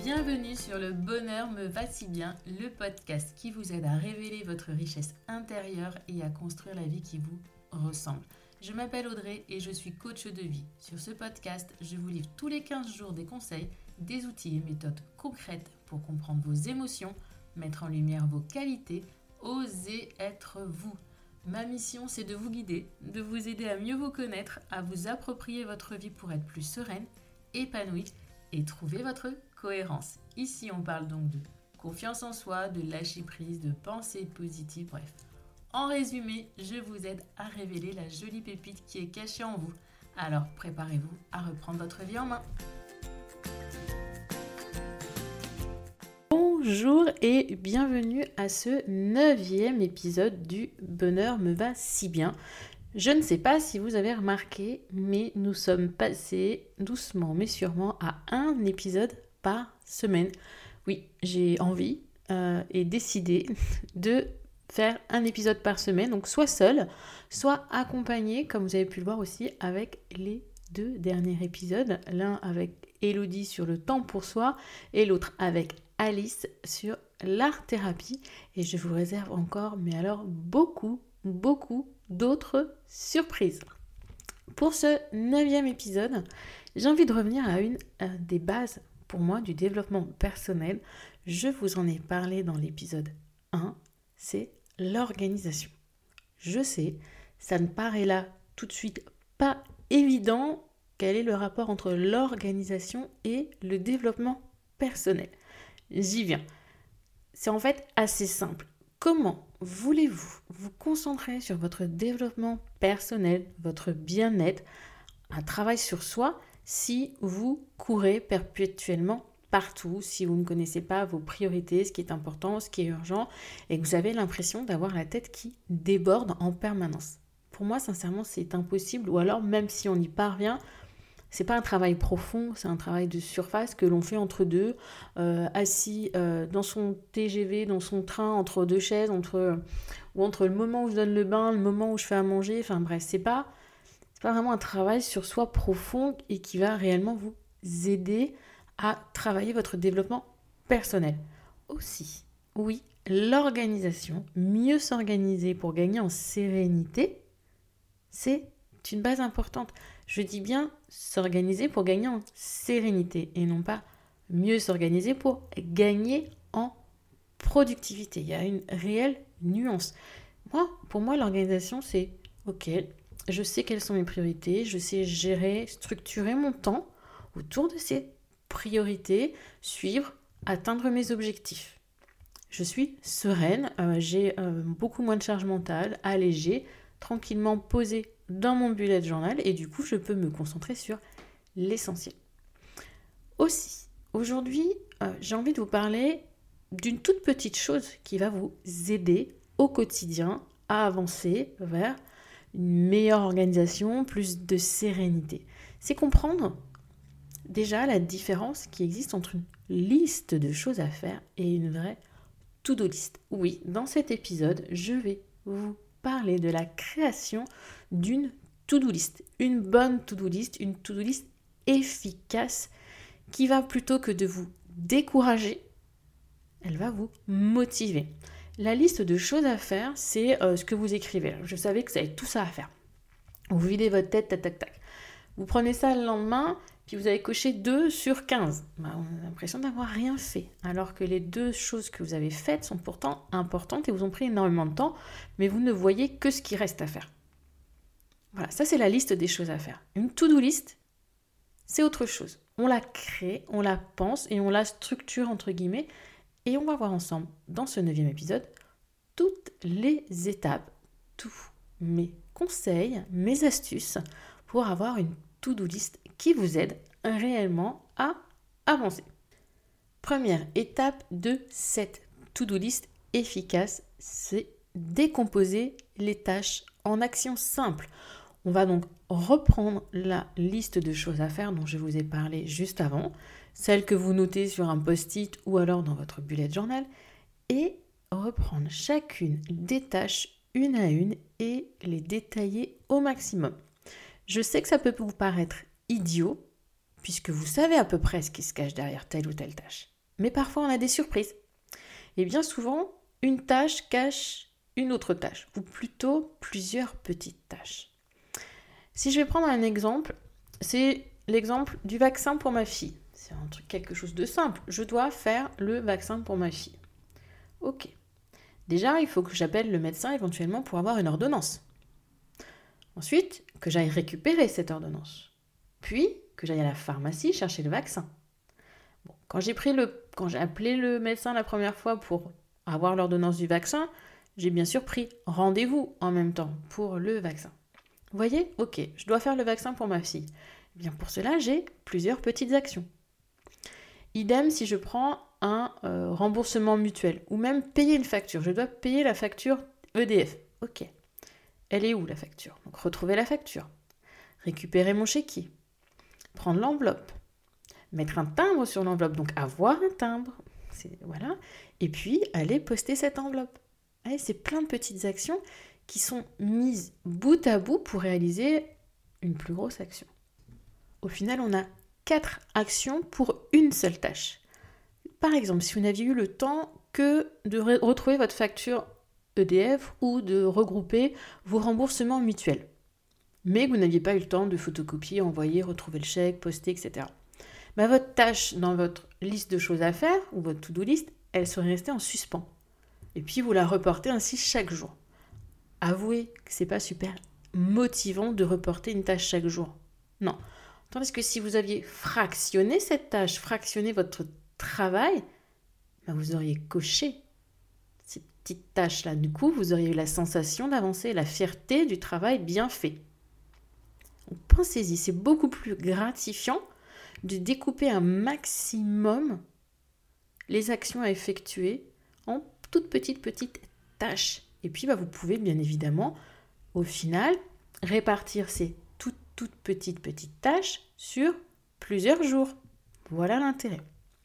Bienvenue sur Le Bonheur me va si bien, le podcast qui vous aide à révéler votre richesse intérieure et à construire la vie qui vous ressemble. Je m'appelle Audrey et je suis coach de vie. Sur ce podcast, je vous livre tous les 15 jours des conseils, des outils et méthodes concrètes pour comprendre vos émotions, mettre en lumière vos qualités, oser être vous. Ma mission, c'est de vous guider, de vous aider à mieux vous connaître, à vous approprier votre vie pour être plus sereine, épanouie et trouver votre cohérence. Ici, on parle donc de confiance en soi, de lâcher prise, de pensée positive, bref. En résumé, je vous aide à révéler la jolie pépite qui est cachée en vous. Alors, préparez-vous à reprendre votre vie en main. Bonjour et bienvenue à ce 9e épisode du Bonheur me va si bien. Je ne sais pas si vous avez remarqué, mais nous sommes passés doucement mais sûrement à un épisode par semaine. Oui, j'ai envie et décidé de faire un épisode par semaine, donc soit seul, soit accompagné, comme vous avez pu le voir aussi, avec les 2 derniers épisodes, l'un avec Elodie sur le temps pour soi et l'autre avec Alice sur l'art-thérapie. Et je vous réserve encore, mais alors beaucoup d'autres surprises. Pour ce 9e épisode, j'ai envie de revenir à une des bases pour moi du développement personnel. Je vous en ai parlé dans l'épisode 1, c'est l'organisation. Je sais, ça ne paraît là tout de suite pas évident. Quel est le rapport entre l'organisation et le développement personnel ? J'y viens. C'est en fait assez simple. Comment voulez-vous vous concentrer sur votre développement personnel, votre bien-être, un travail sur soi, si vous courez perpétuellement partout, si vous ne connaissez pas vos priorités, ce qui est important, ce qui est urgent, et que vous avez l'impression d'avoir la tête qui déborde en permanence. Pour moi, sincèrement, c'est impossible, ou alors même si on y parvient, c'est pas un travail profond, c'est un travail de surface que l'on fait entre deux, assis dans son TGV, dans son train, entre deux chaises, ou entre le moment où je donne le bain, le moment où je fais à manger, enfin bref, c'est pas vraiment un travail sur soi profond et qui va réellement vous aider à travailler votre développement personnel. Aussi, oui, l'organisation, mieux s'organiser pour gagner en sérénité, c'est une base importante. Je dis bien s'organiser pour gagner en sérénité et non pas mieux s'organiser pour gagner en productivité. Il y a une réelle nuance. Pour moi, l'organisation, c'est OK, je sais quelles sont mes priorités, je sais gérer, structurer mon temps autour de ces priorités, suivre, atteindre mes objectifs. Je suis sereine, j'ai beaucoup moins de charge mentale, allégée, tranquillement posée dans mon bullet journal et du coup, je peux me concentrer sur l'essentiel. Aussi, aujourd'hui, j'ai envie de vous parler d'une toute petite chose qui va vous aider au quotidien à avancer vers une meilleure organisation, plus de sérénité. C'est comprendre déjà la différence qui existe entre une liste de choses à faire et une vraie to-do list. Oui, dans cet épisode, je vais vous parler de la création d'une to-do list. Une bonne to-do list, une to-do list efficace qui va plutôt que de vous décourager, elle va vous motiver. La liste de choses à faire, c'est ce que vous écrivez. Je savais que vous avez tout ça à faire. Vous videz votre tête, tac, tac, tac. Vous prenez ça le lendemain, puis vous avez coché 2 sur 15. On a l'impression d'avoir rien fait. Alors que les 2 choses que vous avez faites sont pourtant importantes et vous ont pris énormément de temps, mais vous ne voyez que ce qui reste à faire. Voilà, ça c'est la liste des choses à faire. Une to-do list, c'est autre chose. On la crée, on la pense et on la structure entre guillemets. Et on va voir ensemble, dans ce 9e épisode, toutes les étapes, tous mes conseils, mes astuces pour avoir une to-do list qui vous aide réellement à avancer. Première étape de cette to-do list efficace, c'est décomposer les tâches en actions simples. On va donc reprendre la liste de choses à faire dont je vous ai parlé juste avant, celle que vous notez sur un post-it ou alors dans votre bullet journal, et reprendre chacune des tâches une à une et les détailler au maximum. Je sais que ça peut vous paraître idiot, puisque vous savez à peu près ce qui se cache derrière telle ou telle tâche. Mais parfois, on a des surprises. Et bien souvent, une tâche cache une autre tâche, ou plutôt plusieurs petites tâches. Si je vais prendre un exemple, c'est l'exemple du vaccin pour ma fille. C'est quelque chose de simple. Je dois faire le vaccin pour ma fille. Ok. Déjà, il faut que j'appelle le médecin éventuellement pour avoir une ordonnance. Ensuite, que j'aille récupérer cette ordonnance. Puis, que j'aille à la pharmacie chercher le vaccin. Bon, quand j'ai appelé le médecin la première fois pour avoir l'ordonnance du vaccin, j'ai bien sûr pris rendez-vous en même temps pour le vaccin. Vous voyez ? Ok, je dois faire le vaccin pour ma fille. Eh bien, pour cela, j'ai plusieurs petites actions. Idem si je prends un remboursement mutuel ou même payer une facture. Je dois payer la facture EDF. Ok. Elle est où la facture ? Donc retrouver la facture. Récupérer mon chéquier. Prendre l'enveloppe. Mettre un timbre sur l'enveloppe. Donc avoir un timbre. Voilà. Et puis aller poster cette enveloppe. Allez, c'est plein de petites actions qui sont mises bout à bout pour réaliser une plus grosse action. Au final, on a 4 actions pour une seule tâche. Par exemple, si vous n'aviez eu le temps que de retrouver votre facture EDF ou de regrouper vos remboursements mutuels, mais que vous n'aviez pas eu le temps de photocopier, envoyer, retrouver le chèque, poster, etc. Votre tâche dans votre liste de choses à faire, ou votre to-do list, elle serait restée en suspens. Et puis vous la reportez ainsi chaque jour. Avouez que c'est pas super motivant de reporter une tâche chaque jour. Non. Tandis que si vous aviez fractionné cette tâche, fractionné votre travail, vous auriez coché ces petites tâches-là. Du coup, vous auriez eu la sensation d'avancer, la fierté du travail bien fait. Donc, pensez-y, c'est beaucoup plus gratifiant de découper un maximum les actions à effectuer en toutes petites tâches. Et puis, vous pouvez bien évidemment, au final, répartir ces toutes petites tâches sur plusieurs jours. Voilà l'intérêt.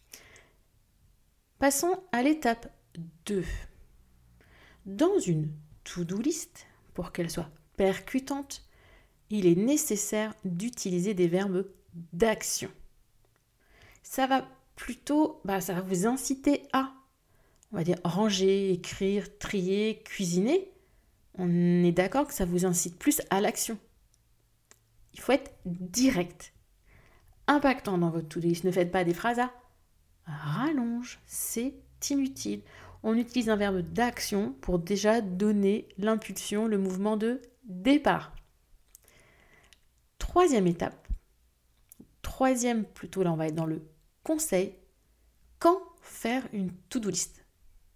Passons à l'étape 2. Dans une to-do list, pour qu'elle soit percutante, il est nécessaire d'utiliser des verbes d'action. Ça va plutôt, ça va vous inciter à, on va dire, ranger, écrire, trier, cuisiner. On est d'accord que ça vous incite plus à l'action. Il faut être direct, impactant dans votre to-do list. Ne faites pas des phrases à rallonge, c'est inutile. On utilise un verbe d'action pour déjà donner l'impulsion, le mouvement de départ. Troisième étape, là on va être dans le conseil, quand faire une to-do list.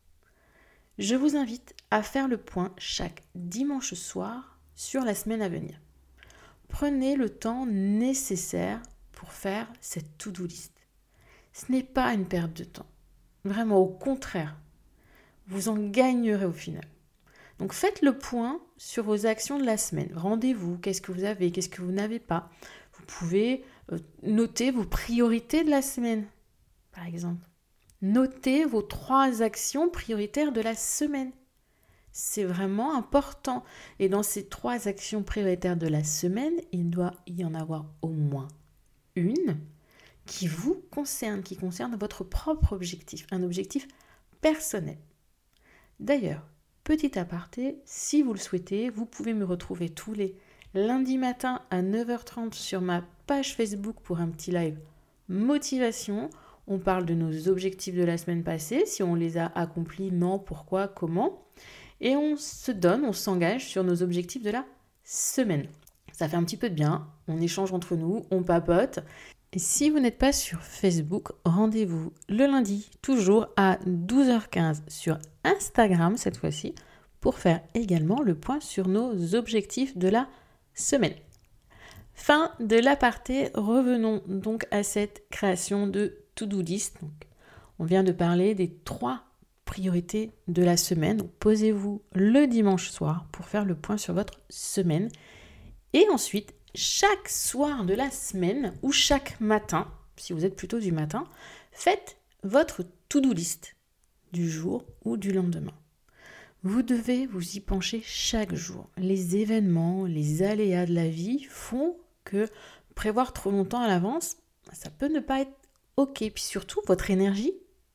Je vous invite à faire le point chaque dimanche soir sur la semaine à venir. Prenez le temps nécessaire pour faire cette to-do list. Ce n'est pas une perte de temps. Vraiment, au contraire, vous en gagnerez au final. Donc faites le point sur vos actions de la semaine. Rendez-vous, qu'est-ce que vous avez, qu'est-ce que vous n'avez pas. Vous pouvez noter vos priorités de la semaine, par exemple. Notez vos 3 actions prioritaires de la semaine. C'est vraiment important. Et dans ces 3 actions prioritaires de la semaine, il doit y en avoir au moins une qui vous concerne, qui concerne votre propre objectif, un objectif personnel. D'ailleurs, petit aparté, si vous le souhaitez, vous pouvez me retrouver tous les lundis matins à 9h30 sur ma page Facebook pour un petit live motivation. On parle de nos objectifs de la semaine passée, si on les a accomplis, non, pourquoi, comment. Et on s'engage sur nos objectifs de la semaine. Ça fait un petit peu de bien, on échange entre nous, on papote. Et si vous n'êtes pas sur Facebook, rendez-vous le lundi, toujours à 12h15 sur Instagram cette fois-ci, pour faire également le point sur nos objectifs de la semaine. Fin de l'aparté, revenons donc à cette création de to-do list. Donc, on vient de parler des 3 priorités de la semaine. Donc, posez-vous le dimanche soir pour faire le point sur votre semaine. Et ensuite, chaque soir de la semaine ou chaque matin, si vous êtes plutôt du matin, faites votre to-do list du jour ou du lendemain. Vous devez vous y pencher chaque jour. Les événements, les aléas de la vie font que prévoir trop longtemps à l'avance, ça peut ne pas être OK. Puis surtout, votre énergie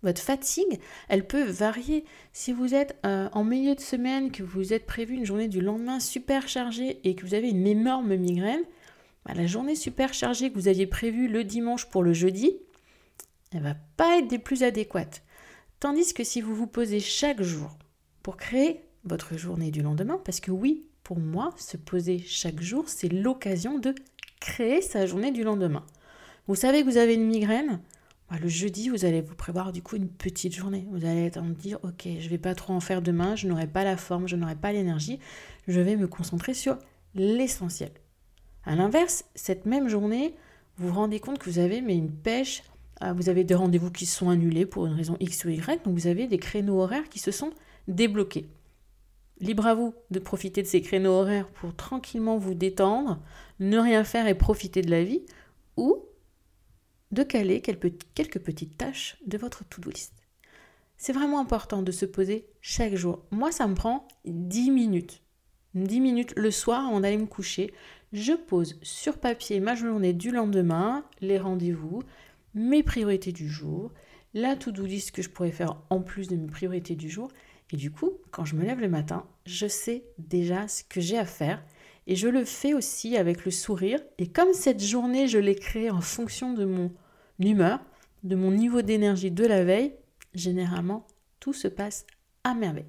Votre fatigue, elle peut varier. Si vous êtes en milieu de semaine, que vous êtes prévu une journée du lendemain super chargée et que vous avez une énorme migraine, la journée super chargée que vous aviez prévue le dimanche pour le jeudi, elle ne va pas être des plus adéquates. Tandis que si vous vous posez chaque jour pour créer votre journée du lendemain, parce que oui, pour moi, se poser chaque jour, c'est l'occasion de créer sa journée du lendemain. Vous savez que vous avez une migraine, le jeudi, vous allez vous prévoir du coup une petite journée. Vous allez être en dire, ok, je ne vais pas trop en faire demain, je n'aurai pas la forme, je n'aurai pas l'énergie, je vais me concentrer sur l'essentiel. À l'inverse, cette même journée, vous vous rendez compte que vous avez une pêche, vous avez des rendez-vous qui se sont annulés pour une raison X ou Y, donc vous avez des créneaux horaires qui se sont débloqués. Libre à vous de profiter de ces créneaux horaires pour tranquillement vous détendre, ne rien faire et profiter de la vie, ou de caler quelques petites tâches de votre to-do list. C'est vraiment important de se poser chaque jour. Moi, ça me prend 10 minutes. 10 minutes le soir avant d'aller me coucher. Je pose sur papier ma journée du lendemain, les rendez-vous, mes priorités du jour, la to-do list que je pourrais faire en plus de mes priorités du jour. Et du coup, quand je me lève le matin, je sais déjà ce que j'ai à faire. Et je le fais aussi avec le sourire. Et comme cette journée, je l'ai créée en fonction de mon humeur, de mon niveau d'énergie de la veille, généralement, tout se passe à merveille.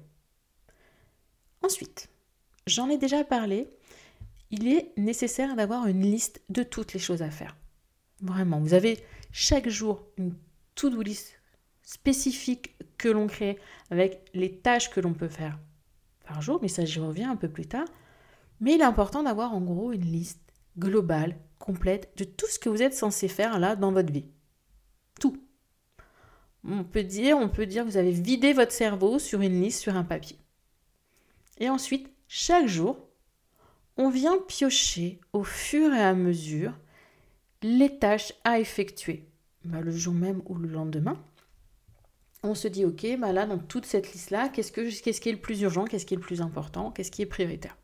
Ensuite, j'en ai déjà parlé, il est nécessaire d'avoir une liste de toutes les choses à faire. Vraiment, vous avez chaque jour une to-do list spécifique que l'on crée avec les tâches que l'on peut faire par jour, mais ça j'y reviens un peu plus tard. Mais il est important d'avoir en gros une liste globale, complète de tout ce que vous êtes censé faire là dans votre vie. Tout. On peut dire que vous avez vidé votre cerveau sur une liste, sur un papier. Et ensuite, chaque jour, on vient piocher au fur et à mesure les tâches à effectuer. Le jour même ou le lendemain. On se dit, ok, là, dans toute cette liste-là, qu'est-ce qui est le plus urgent, qu'est-ce qui est le plus important, qu'est-ce qui est prioritaire.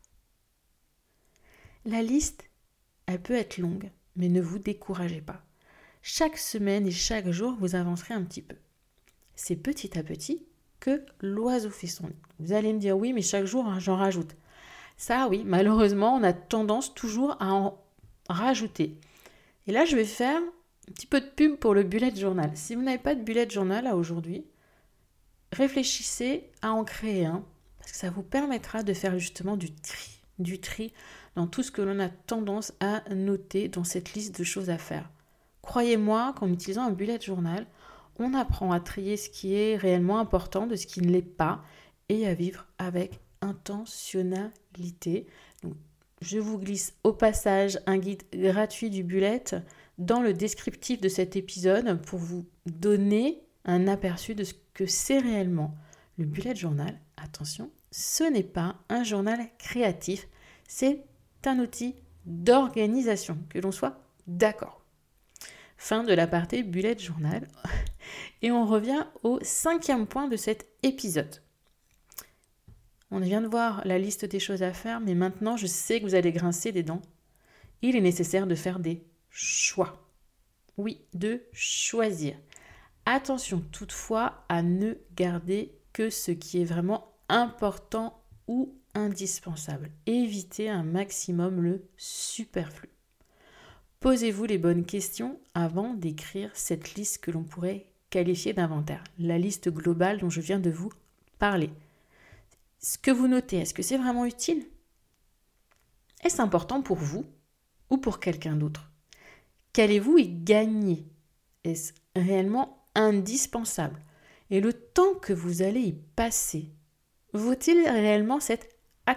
La liste, elle peut être longue, mais ne vous découragez pas. Chaque semaine et chaque jour, vous avancerez un petit peu. C'est petit à petit que l'oiseau fait son nid. Vous allez me dire, oui, mais chaque jour, j'en rajoute. Ça, oui, malheureusement, on a tendance toujours à en rajouter. Et là, je vais faire un petit peu de pub pour le bullet journal. Si vous n'avez pas de bullet journal aujourd'hui, réfléchissez à en créer un, parce que ça vous permettra de faire justement du tri dans tout ce que l'on a tendance à noter dans cette liste de choses à faire. Croyez-moi qu'en utilisant un bullet journal, on apprend à trier ce qui est réellement important de ce qui ne l'est pas et à vivre avec intentionnalité. Donc, je vous glisse au passage un guide gratuit du bullet dans le descriptif de cet épisode pour vous donner un aperçu de ce que c'est réellement le bullet journal. Attention, ce n'est pas un journal créatif, c'est un outil d'organisation, que l'on soit d'accord. Fin de l'aparté bullet journal. Et on revient au 5e point de cet épisode. On vient de voir la liste des choses à faire, mais maintenant je sais que vous allez grincer des dents. Il est nécessaire de faire des choix. Oui, de choisir. Attention toutefois à ne garder que ce qui est vraiment important ou indispensable. Évitez un maximum le superflu. Posez-vous les bonnes questions avant d'écrire cette liste que l'on pourrait qualifier d'inventaire. La liste globale dont je viens de vous parler. Ce que vous notez, est-ce que c'est vraiment utile ? Est-ce important pour vous ou pour quelqu'un d'autre ? Qu'allez-vous y gagner ? Est-ce réellement indispensable ? Et le temps que vous allez y passer, vaut-il réellement cette action ?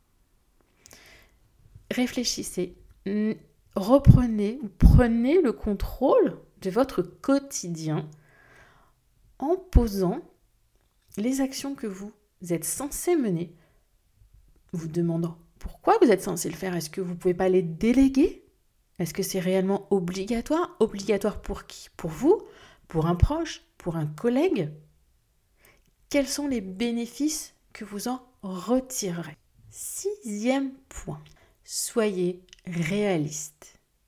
Réfléchissez, prenez le contrôle de votre quotidien en posant les actions que vous êtes censé mener, vous demandant pourquoi vous êtes censé le faire. Est-ce que vous ne pouvez pas les déléguer ? Est-ce que c'est réellement obligatoire ? Obligatoire pour qui ? Pour vous ? Pour un proche ? Pour un collègue ? Quels sont les bénéfices que vous en retirerez ? 6e point, soyez réaliste.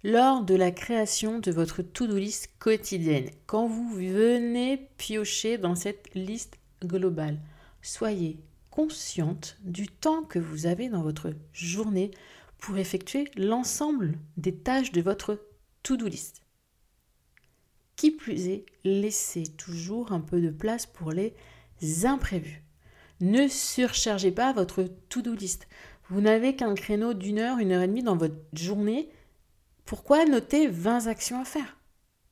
lors de la création de votre to-do list quotidienne, quand vous venez piocher dans cette liste globale, soyez consciente du temps que vous avez dans votre journée pour effectuer l'ensemble des tâches de votre to-do list. Qui plus est, laissez toujours un peu de place pour les imprévus. Ne surchargez pas votre to-do list. Vous n'avez qu'un créneau d'1 heure, 1 heure et demie dans votre journée. Pourquoi noter 20 actions à faire ? 4 ?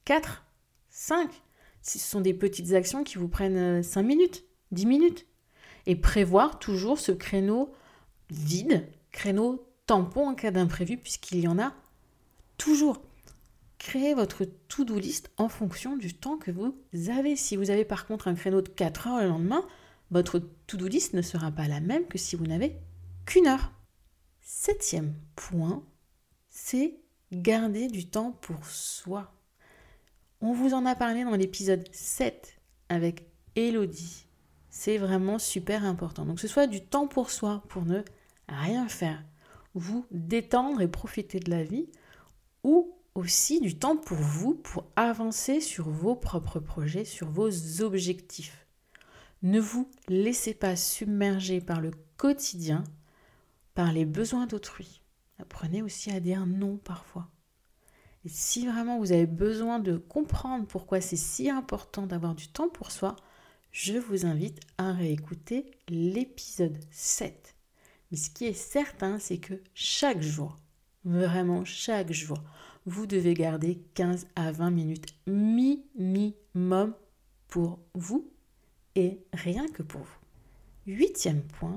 5 ? Ce sont des petites actions qui vous prennent 5 minutes, 10 minutes. Et prévoir toujours ce créneau vide, créneau tampon en cas d'imprévu, puisqu'il y en a toujours. Créez votre to-do list en fonction du temps que vous avez. Si vous avez par contre un créneau de 4 heures le lendemain, votre to-do list ne sera pas la même que si vous n'avez qu'1 heure. 7e point, c'est garder du temps pour soi. On vous en a parlé dans l'épisode 7 avec Elodie. C'est vraiment super important. Donc, que ce soit du temps pour soi, pour ne rien faire, vous détendre et profiter de la vie, ou aussi du temps pour vous, pour avancer sur vos propres projets, sur vos objectifs. Ne vous laissez pas submerger par le quotidien, par les besoins d'autrui. Apprenez aussi à dire non parfois. Et si vraiment vous avez besoin de comprendre pourquoi c'est si important d'avoir du temps pour soi, je vous invite à réécouter l'épisode 7. Mais ce qui est certain, c'est que chaque jour, vraiment chaque jour, vous devez garder 15 à 20 minutes minimum pour vous et rien que pour vous. 8e point,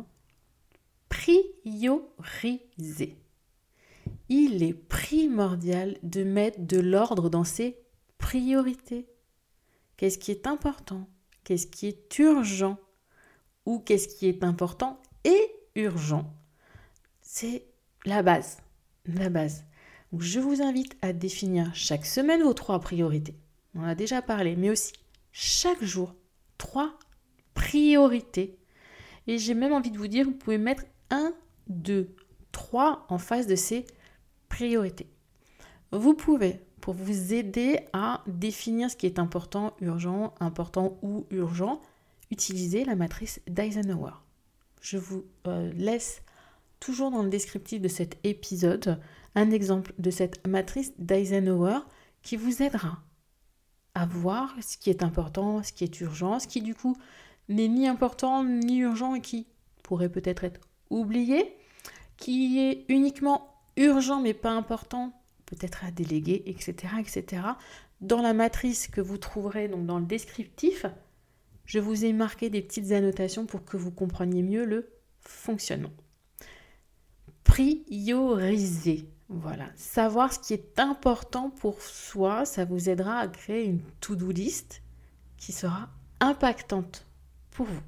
prioriser. Il est primordial de mettre de l'ordre dans ses priorités. Qu'est-ce qui est important ? Qu'est-ce qui est urgent ? Ou qu'est-ce qui est important et urgent ? C'est la base. La base. Donc, je vous invite à définir chaque semaine vos 3 priorités. On en a déjà parlé, mais aussi chaque jour, 3 priorités. Et j'ai même envie de vous dire, vous pouvez mettre 1, 2, 3 en face de ces priorités. Vous pouvez, pour vous aider à définir ce qui est important ou urgent, utiliser la matrice d'Eisenhower. Je vous laisse toujours dans le descriptif de cet épisode un exemple de cette matrice d'Eisenhower qui vous aidera à voir ce qui est important, ce qui est urgent, ce qui du coup n'est ni important ni urgent et qui pourrait peut-être être oublié, qui est uniquement urgent mais pas important, peut-être à déléguer, etc., etc. Dans la matrice que vous trouverez donc dans le descriptif, je vous ai marqué des petites annotations pour que vous compreniez mieux le fonctionnement. Prioriser. Voilà, savoir ce qui est important pour soi, ça vous aidera à créer une to-do list qui sera impactante pour vous.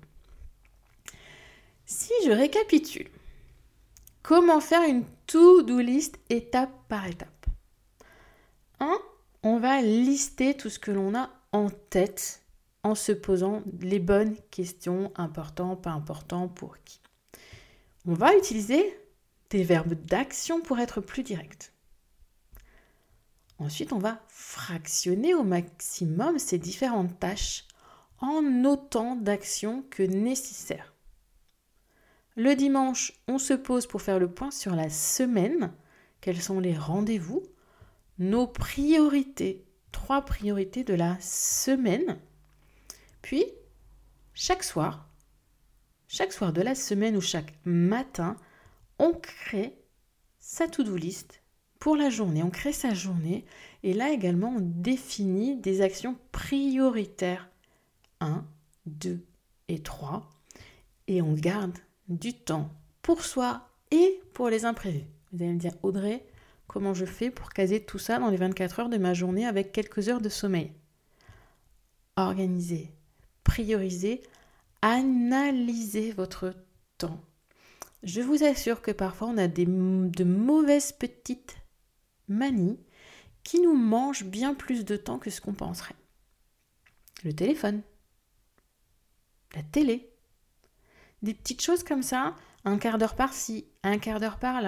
Si je récapitule, comment faire une to-do list étape par étape ? 1. On va lister tout ce que l'on a en tête en se posant les bonnes questions, important, pas important, pour qui. On va utiliser des verbes d'action pour être plus direct. Ensuite, on va fractionner au maximum ces différentes tâches en autant d'actions que nécessaire. Le dimanche, on se pose pour faire le point sur la semaine. Quels sont les rendez-vous ? Nos priorités, 3 priorités de la semaine. Puis, chaque soir de la semaine ou chaque matin, on crée sa to-do list pour la journée. On crée sa journée et là également, on définit des actions prioritaires 1, 2 et 3 et on garde du temps pour soi et pour les imprévus. Vous allez me dire, Audrey, comment je fais pour caser tout ça dans les 24 heures de ma journée avec quelques heures de sommeil ? Organisez, priorisez, analysez votre temps. Je vous assure que parfois on a de mauvaises petites manies qui nous mangent bien plus de temps que ce qu'on penserait. Le téléphone, la télé, des petites choses comme ça, un quart d'heure par-ci, un quart d'heure par-là,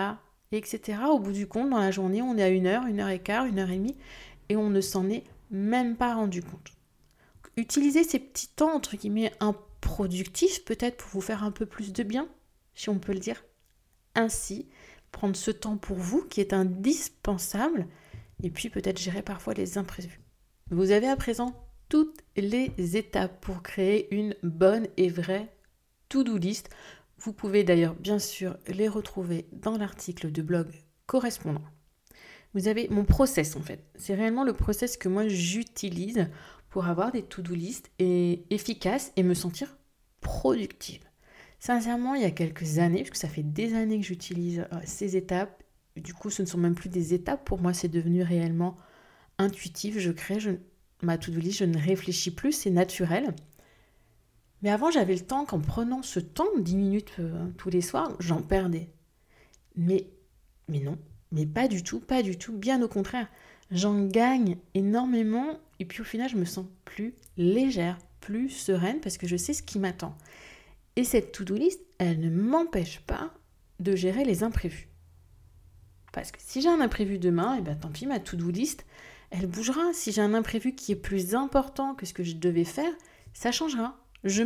etc. Au bout du compte, dans la journée, on est à 1 heure, 1 heure et quart, 1 heure et demie, et on ne s'en est même pas rendu compte. Utilisez ces petits temps, entre guillemets, improductifs, peut-être pour vous faire un peu plus de bien, si on peut le dire. Ainsi, prendre ce temps pour vous, qui est indispensable, et puis peut-être gérer parfois les imprévus. Vous avez à présent toutes les étapes pour créer une bonne et vraie to-do list. Vous pouvez d'ailleurs bien sûr les retrouver dans l'article de blog correspondant. Vous avez mon process en fait. C'est réellement le process que moi j'utilise pour avoir des to-do list efficaces et me sentir productive. Sincèrement, il y a quelques années, parce que ça fait des années que j'utilise ces étapes, du coup ce ne sont même plus des étapes, pour moi c'est devenu réellement intuitif, je crée ma to-do list, je ne réfléchis plus, c'est naturel. Mais avant, j'avais le temps qu'en prenant ce temps, 10 minutes tous les soirs, j'en perdais. Mais non, mais pas du tout, bien au contraire. J'en gagne énormément et puis au final, je me sens plus légère, plus sereine parce que je sais ce qui m'attend. Et cette to-do list, elle ne m'empêche pas de gérer les imprévus. Parce que si j'ai un imprévu demain, et ben tant pis, ma to-do list, elle bougera. Si j'ai un imprévu qui est plus important que ce que je devais faire, ça changera. Je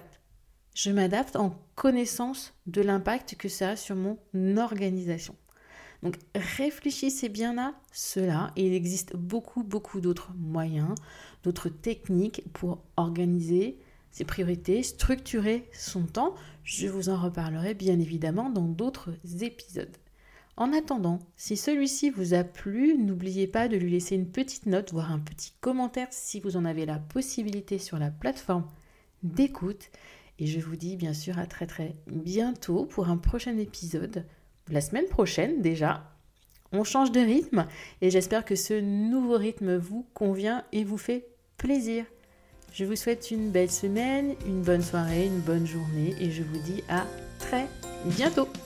m'adapte en connaissance de l'impact que ça a sur mon organisation. Donc réfléchissez bien à cela et il existe beaucoup d'autres moyens, d'autres techniques pour organiser ses priorités, structurer son temps. Je vous en reparlerai bien évidemment dans d'autres épisodes. En attendant, si celui-ci vous a plu, n'oubliez pas de lui laisser une petite note, voire un petit commentaire si vous en avez la possibilité sur la plateforme d'écoute. Et je vous dis bien sûr à très très bientôt pour un prochain épisode, la semaine prochaine déjà. On change de rythme et j'espère que ce nouveau rythme vous convient et vous fait plaisir. Je vous souhaite une belle semaine, une bonne soirée, une bonne journée et je vous dis à très bientôt.